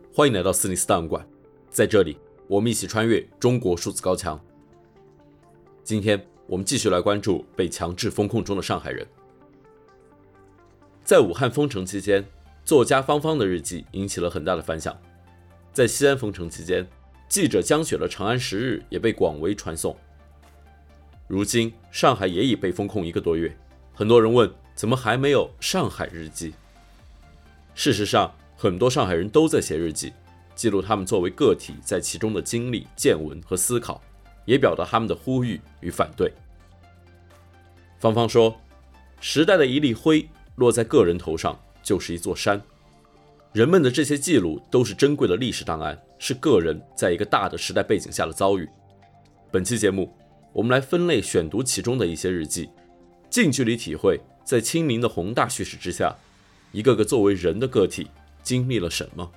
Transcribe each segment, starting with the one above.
欢迎来到斯尼斯档案馆，在这里我们一起穿越中国数字高墙。今天我们继续来关注被强制封控中的上海人。在武汉封城期间，作家方方的日记引起了很大的反响。在西安封城期间，记者江雪的长安10日也被广为传颂。如今上海也已被封控1个多月，很多人问怎么还没有上海日记。事实上，很多上海人都在写日记，记录他们作为个体在其中的经历、见闻和思考，也表达他们的呼吁与反对。方方说，时代的一粒灰落在个人头上就是一座山，人们的这些记录都是珍贵的历史档案，是个人在一个大的时代背景下的遭遇。本期节目我们来分类选读其中的一些日记，近距离体会在清明的宏大叙事之下，一个个作为人的个体经历了什么。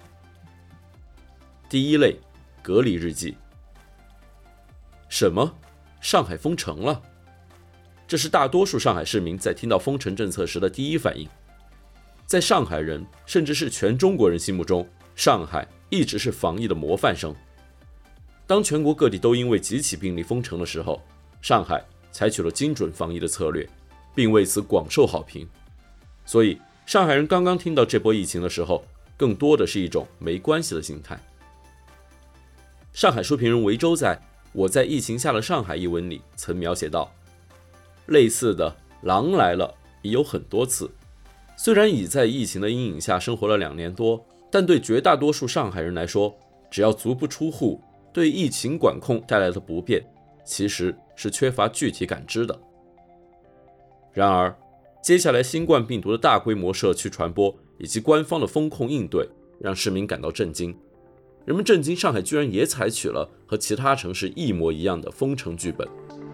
第一类，隔离日记。什么？上海封城了？这是大多数上海市民在听到封城政策时的第一反应。在上海人，甚至是全中国人心目中，上海一直是防疫的模范生。当全国各地都因为几起病例封城的时候，上海采取了精准防疫的策略，并为此广受好评。所以上海人刚刚听到这波疫情的时候，更多的是一种没关系的心态。上海书评人韦周在《我在疫情下的上海》一文里曾描写到，类似的狼来了已有很多次，虽然已在疫情的阴影下生活了2年多，但对绝大多数上海人来说，只要足不出户，对疫情管控带来的不便其实是缺乏具体感知的。然而接下来新冠病毒的大规模社区传播以及官方的封控应对让市民感到震惊。人们震惊上海居然也采取了和其他城市一模一样的封城剧本。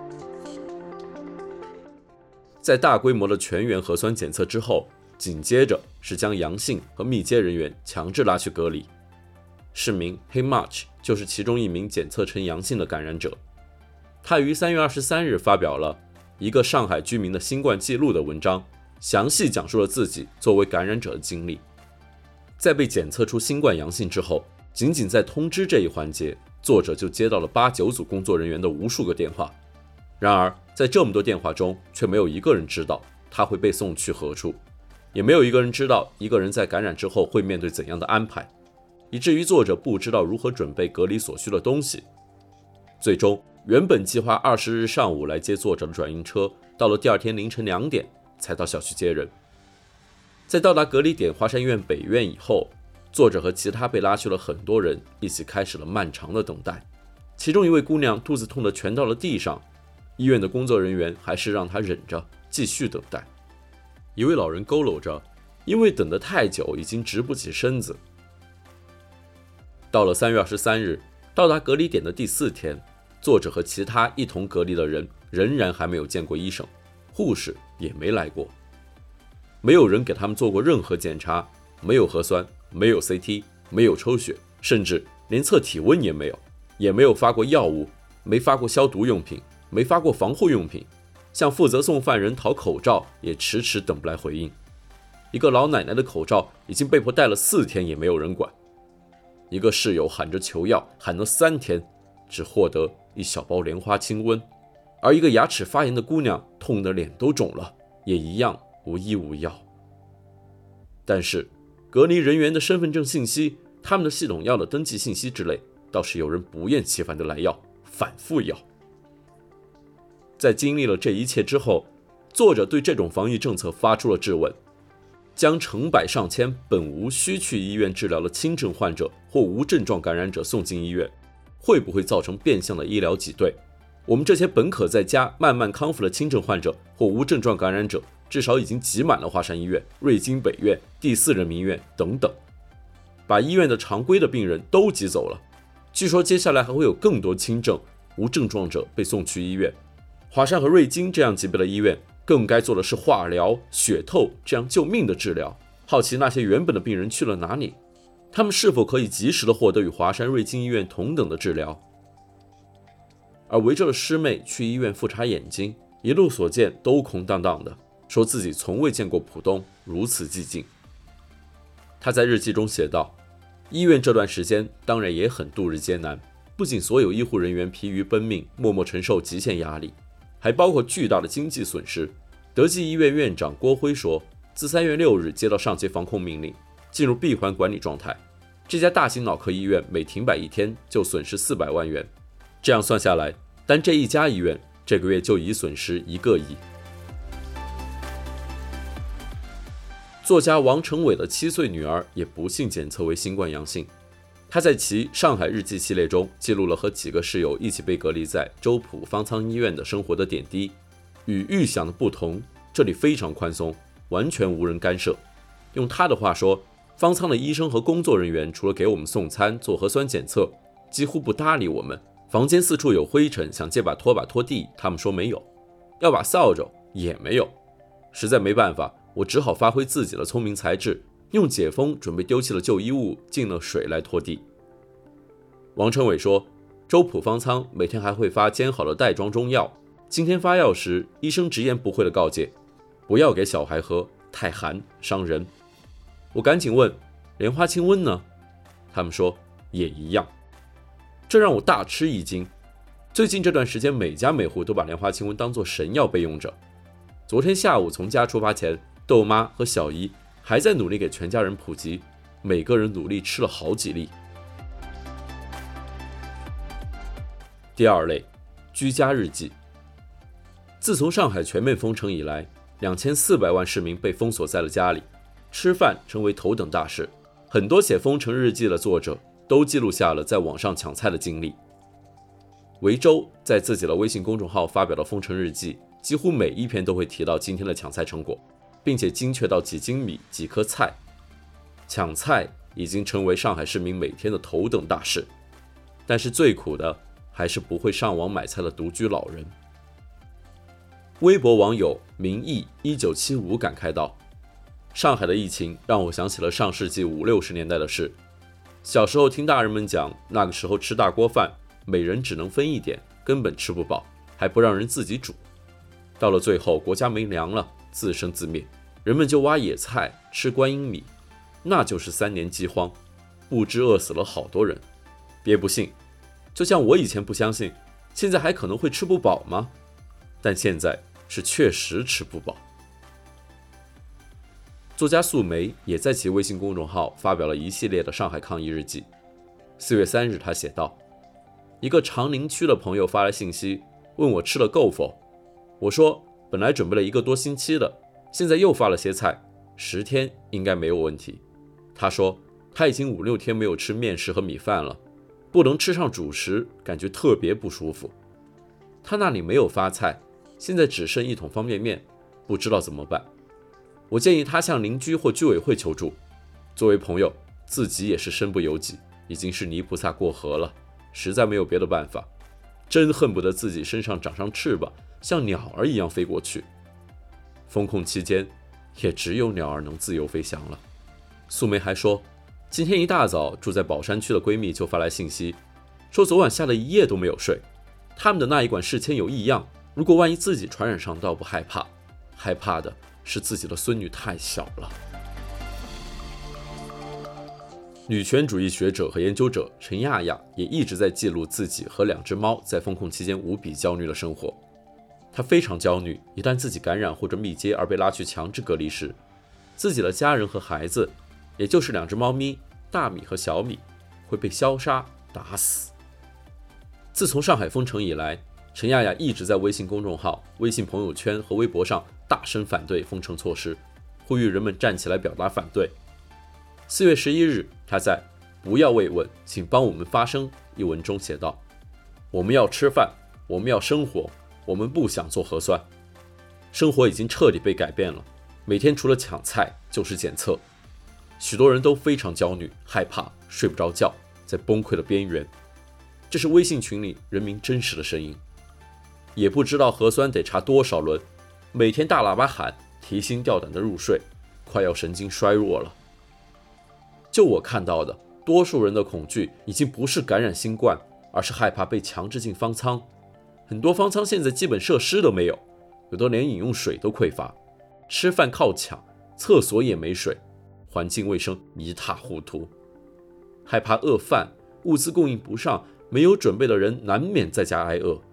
在大规模的全员核酸检测之后，紧接着是将阳性和密接人员强制拉去隔离。市民黑 March 就是其中一名检测呈阳性的感染者。他于3月23日发表了一个上海居民的新冠记录的文章，详细讲述了自己作为感染者的经历。在被检测出新冠阳性之后，仅仅在通知这一环节，作者就接到了8、9组工作人员的无数个电话。然而在这么多电话中，却没有一个人知道他会被送去何处，也没有一个人知道一个人在感染之后会面对怎样的安排，以至于作者不知道如何准备隔离所需的东西。最终原本计划20日上午来接作者的转运车，到了第二天凌晨2点才到小区接人。在到达隔离点华山医院北院以后，作者和其他被拉去了很多人一起开始了漫长的等待。其中一位姑娘肚子痛得全到了地上，医院的工作人员还是让她忍着继续等待。一位老人佝偻着，因为等得太久已经直不起身子。到了3月23日，到达隔离点的第4天，作者和其他一同隔离的人仍然还没有见过医生，护士也没来过，没有人给他们做过任何检查，没有核酸，没有 CT， 没有抽血，甚至连测体温也没有，也没有发过药物，没发过消毒用品，没发过防护用品，向负责送犯人讨口罩也迟迟等不来回应。一个老奶奶的口罩已经被迫戴了4天也没有人管。一个室友喊着求药，喊了3天，只获得一小包莲花清瘟。而一个牙齿发炎的姑娘痛得脸都肿了，也一样无医无药。但是隔离人员的身份证信息，他们的系统要的登记信息之类，倒是有人不厌其烦地来要，反复要。在经历了这一切之后，作者对这种防疫政策发出了质问：将成百上千本无需去医院治疗的轻症患者或无症状感染者送进医院，会不会造成变相的医疗挤兑？我们这些本可在家慢慢康复的轻症患者或无症状感染者，至少已经挤满了华山医院、瑞金北院、第4人民医院等等，把医院的常规的病人都挤走了。据说接下来还会有更多轻症、无症状者被送去医院。华山和瑞金这样级别的医院更该做的是化疗、血透这样救命的治疗。好奇那些原本的病人去了哪里？他们是否可以及时的获得与华山瑞金医院同等的治疗？而围着的师妹去医院复查眼睛，一路所见都空荡荡的，说自己从未见过浦东如此寂静。他在日记中写道： 医院这段时间当然也很度日艰难，不仅所有医护人员疲于奔命，默默承受极限压力，还包括巨大的经济损失。德济医院院长郭辉说，自3月6日接到上级防控命令，进入闭环管理状态，这家大型脑科医院每停摆1天就损失400万元。这样算下来，单这一家医院这个月就已损失1个亿。作家王成伟的7岁女儿也不幸检测为新冠阳性。他在其《上海日记》系列中记录了和几个室友一起被隔离在周浦方舱医院的生活的点滴。与预想的不同，这里非常宽松，完全无人干涉。用他的话说，方舱的医生和工作人员除了给我们送餐、做核酸检测，几乎不搭理我们。房间四处有灰尘，想借把拖把拖地，他们说没有；要把扫帚也没有。实在没办法，我只好发挥自己的聪明才智，用解封准备丢弃了旧衣物，进了水来拖地。王成伟说，周浦方舱每天还会发煎好的袋装中药。今天发药时，医生直言不讳地告诫，不要给小孩喝，太寒伤人。我赶紧问，莲花清瘟呢？他们说也一样。这让我大吃一惊。最近这段时间，每家每户都把莲花清瘟当作神药备用着。昨天下午从家出发前，豆妈和小姨还在努力给全家人普及，每个人努力吃了好几粒。第二类，居家日记。自从上海全面封城以来，2400万市民被封锁在了家里，吃饭成为头等大事。很多写封城日记的作者都记录下了在网上抢菜的经历。维州在自己的微信公众号发表的封城日记，几乎每一篇都会提到今天的抢菜成果，并且精确到几斤米、几颗菜。抢菜已经成为上海市民每天的头等大事，但是最苦的还是不会上网买菜的独居老人。微博网友明义1975感慨道，上海的疫情让我想起了上世纪50、60年代的事。小时候听大人们讲，那个时候吃大锅饭，每人只能分一点，根本吃不饱，还不让人自己煮。到了最后，国家没粮了，自生自灭，人们就挖野菜，吃观音米，那就是3年饥荒，不知饿死了好多人。别不信，就像我以前不相信，现在还可能会吃不饱吗？但现在是确实吃不饱。作家素梅也在其微信公众号发表了一系列的上海抗疫日记。4月3日，他写道：一个长宁区的朋友发来信息，问我吃了够否。我说本来准备了1个多星期的，现在又发了些菜，10天应该没有问题。他说他已经5、6天没有吃面食和米饭了，不能吃上主食，感觉特别不舒服。他那里没有发菜，现在只剩1桶方便面，不知道怎么办。我建议他向邻居或居委会求助。作为朋友，自己也是身不由己，已经是泥菩萨过河了，实在没有别的办法。真恨不得自己身上长上翅膀，像鸟儿一样飞过去。封控期间，也只有鸟儿能自由飞翔了。素梅还说，今天一大早住在宝山区的闺蜜就发来信息，说昨晚下了一夜都没有睡，他们的那一管事签有异样，如果万一自己传染上，倒不害怕，害怕的是自己的孙女太小了。女权主义学者和研究者陈亚亚也一直在记录自己和2只猫在封控期间无比焦虑的生活。她非常焦虑，一旦自己感染或者密接而被拉去强制隔离时，自己的家人和孩子，也就是2只猫咪大米和小米，会被消杀打死。自从上海封城以来，陈亚亚一直在微信公众号、微信朋友圈和微博上大声反对封城措施，呼吁人们站起来表达反对。4月11日，他在不要慰问，请帮我们发声一文中写道，我们要吃饭，我们要生活，我们不想做核酸。生活已经彻底被改变了，每天除了抢菜就是检测。许多人都非常焦虑、害怕，睡不着觉，在崩溃的边缘。这是微信群里人民真实的声音。也不知道核酸得查多少轮，每天大喇叭喊，提心吊胆的入睡，快要神经衰弱了。就我看到的，多数人的恐惧已经不是感染新冠，而是害怕被强制进方舱。很多方舱现在基本设施都没有，有的连饮用水都匮乏，吃饭靠抢，厕所也没水，环境卫生一塌糊涂。 害怕饿饭，物资供应不上，没有准备的人难免在家挨饿。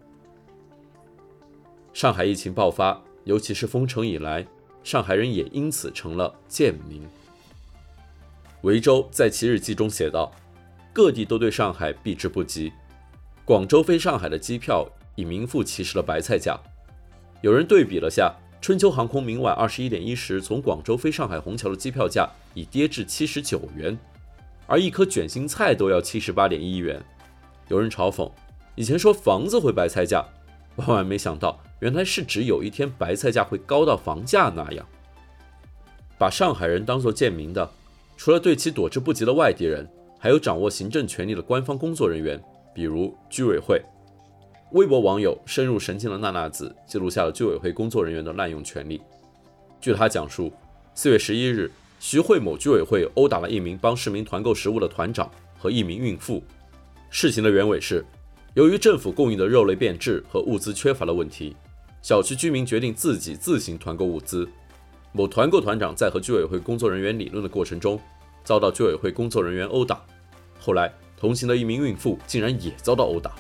上海疫情爆发，尤其是封城以来，上海人也因此成了贱民。维州在其日记中写道，各地都对上海避之不及，广州飞上海的机票已名副其实的白菜价。有人对比了下，春秋航空明晚21点1时从广州飞上海虹桥的机票价已跌至79元，而一颗卷心菜都要78.1元。有人嘲讽，以前说房子会白菜价，万万没想到原来是指有一天白菜价会高到房价那样。把上海人当作贱民的，除了对其躲之不及的外地人，还有掌握行政权力的官方工作人员，比如居委会。微博网友深入神经的娜娜子记录下了居委会工作人员的滥用权力。据他讲述，4月11日，徐汇某居委会殴打了一名帮市民团购食物的团长和一名孕妇。事情的原委是，由于政府供应的肉类变质和物资缺乏的问题，小区居民决定自行团购物资。某团购团长在和居委会工作人员理论的过程中，遭到居委会工作人员殴打。后来，同行的一名孕妇竟然也遭到殴打。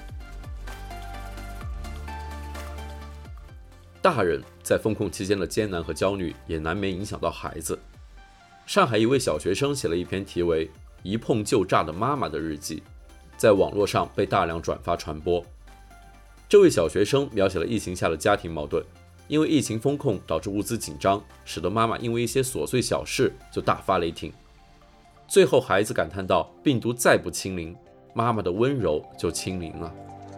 大人在封控期间的艰难和焦虑，也难免影响到孩子。上海一位小学生写了一篇题为《一碰就炸的妈妈》的日记，在网络上被大量转发传播。这位小学生描写了疫情下的家庭矛盾，因为疫情封控导致物资紧张，使得妈妈因为一些琐碎小事就大发雷霆。最后孩子感叹道，病毒再不清零，妈妈的温柔就清零了。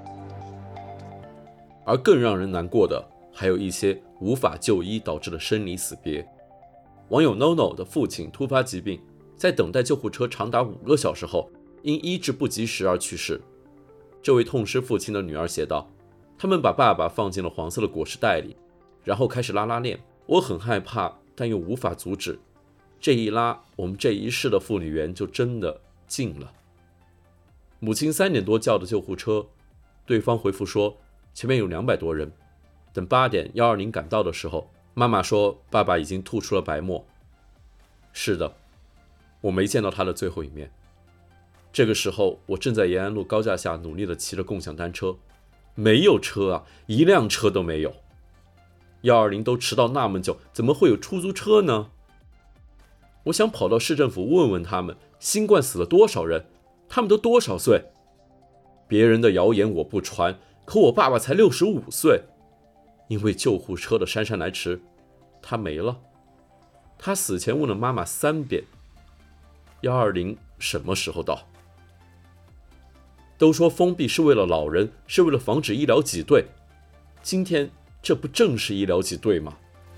而更让人难过的还有一些无法就医导致的生离死别。网友 NoNo 的父亲突发疾病，在等待救护车长达5个小时后，因医治不及时而去世。这位痛失父亲的女儿写道，他们把爸爸放进了黄色的裹尸袋里，然后开始拉拉链，我很害怕，但又无法阻止。这一拉，我们这一世的妇女缘就真的尽了。母亲3点多叫的救护车，对方回复说前面有200多人。等8点120赶到的时候，妈妈说爸爸已经吐出了白沫。是的，我没见到他的最后一面。这个时候，我正在延安路高架下努力地骑着共享单车，没有车啊，一辆车都没有。120都迟到那么久，怎么会有出租车呢？我想跑到市政府问问他们，新冠死了多少人，他们都多少岁？别人的谣言我不传，可我爸爸才65岁。因为救护车的姗姗来迟，他没了。他死前问了妈妈3遍，120什么时候到？都说封闭是为了老人，是为了防止医疗挤兑，今天这不正是医疗挤兑吗？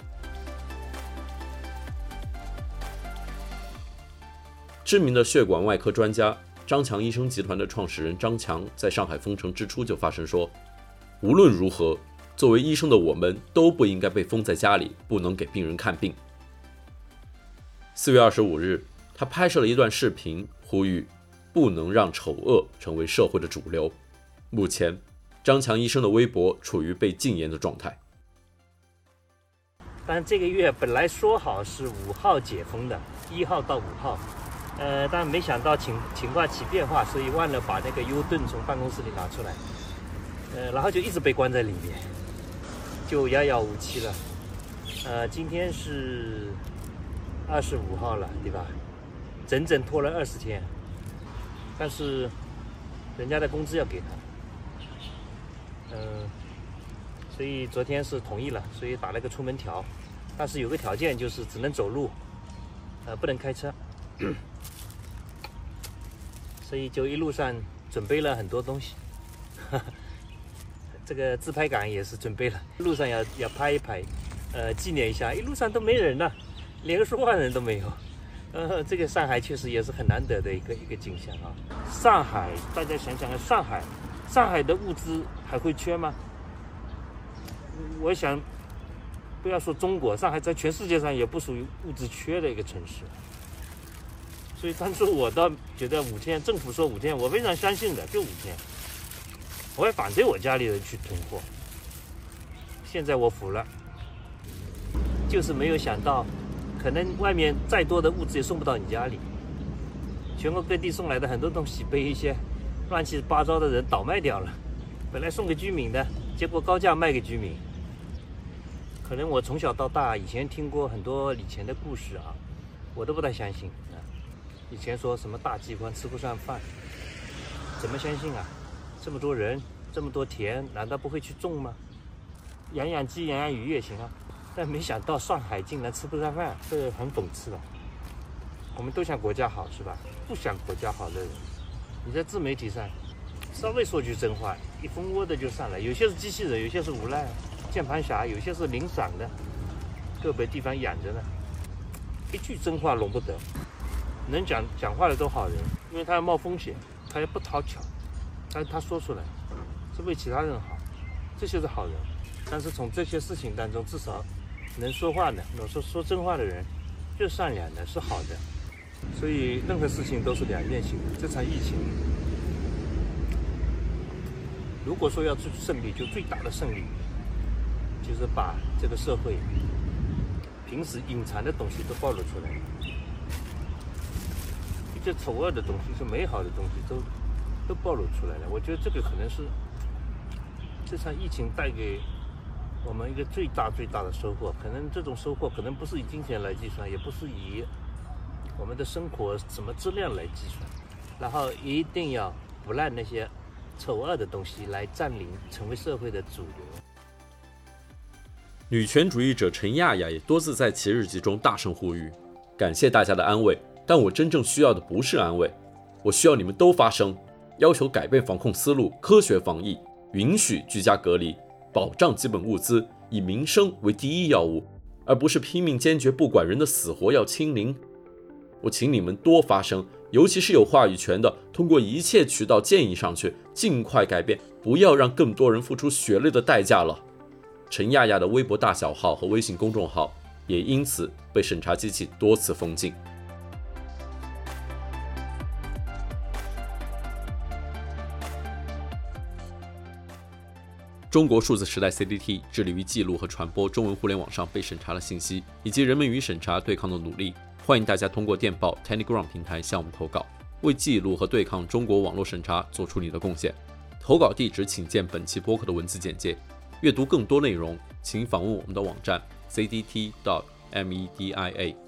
知名的血管外科专家张强医生集团的创始人张强在上海封城之初就发声说，无论如何，作为医生的我们都不应该被封在家里，不能给病人看病。4月25日，他拍摄了一段视频，呼吁不能让丑恶成为社会的主流。目前，张强医生的微博处于被禁言的状态。 但这个月本来说好是5号解封的，1号到5号，但没想到情况起变化，所以忘了把那个 U 盾从办公室里拿出来，然后就一直被关在里面，就遥遥无期了。今天是25号了，对吧？整整拖了20天，但是人家的工资要给他，所以昨天是同意了，所以打了个出门条，但是有个条件，就是只能走路，不能开车，所以就一路上准备了很多东西，这个自拍杆也是准备了，路上要拍一拍，纪念一下，一路上都没人了，连个说话人都没有。这个上海确实也是很难得的一个景象啊。上海，大家想想看，上海的物资还会缺吗？我想，不要说中国，上海在全世界上也不属于物资缺的一个城市。所以当初我倒觉得5天，政府说5天，我非常相信的，就5天。我也反对我家里人去囤货。现在我服了，就是没有想到，可能外面再多的物资也送不到你家里。 全国各地送来的很多东西被一些乱七八糟的人倒卖掉了，本来送给居民的，结果高价卖给居民。可能我从小到大以前听过很多以前的故事啊，我都不太相信啊。以前说什么大饥荒吃不上饭，怎么相信啊？这么多人，这么多田，难道不会去种吗？养养鸡、养养鱼也行啊。但没想到上海竟然吃不上饭，这个很讽刺的。我们都想国家好是吧？不想国家好的人，你在自媒体上稍微说句真话，一蜂窝的就上来，有些是机器人，有些是无赖。键盘侠有些是零散的，个别地方养着呢，一句真话容不得。能讲话的都好人，因为他要冒风险，他也不讨巧，但是他说出来是为其他人好，这些是好人。但是从这些事情当中，至少能说话的，能说真话的人，就是善良的，是好的。所以任何事情都是两面性的。这场疫情，如果说要胜利，就最大的胜利。就是把这个社会平时隐藏的东西都暴露出来了，一些丑恶的东西、是美好的东西都暴露出来了。我觉得这个可能是这场疫情带给我们一个最大的收获。可能这种收获可能不是以金钱来计算，也不是以我们的生活什么质量来计算，然后一定要不让那些丑恶的东西来占领，成为社会的主流。 女权主义者陈亚亚也多次在其日记中大声呼吁，感谢大家的安慰，但我真正需要的不是安慰，我需要你们都发声，要求改变防控思路，科学防疫，允许居家隔离，保障基本物资，以民生为第一要务，而不是拼命坚决不管人的死活要清零。我请你们多发声，尤其是有话语权的，通过一切渠道建议上去，尽快改变，不要让更多人付出血泪的代价了。陈亚亚的微博大小号和微信公众号也因此被审查机器多次封禁。中国数字时代 CDT 致力于记录和传播中文互联网上被审查的信息，以及人们与审查对抗的努力。欢迎大家通过电报 Telegram 平台向我们投稿，为记录和对抗中国网络审查做出你的贡献。投稿地址请见本期播客的文字简介。阅读更多内容，请访问我们的网站 cdt.media。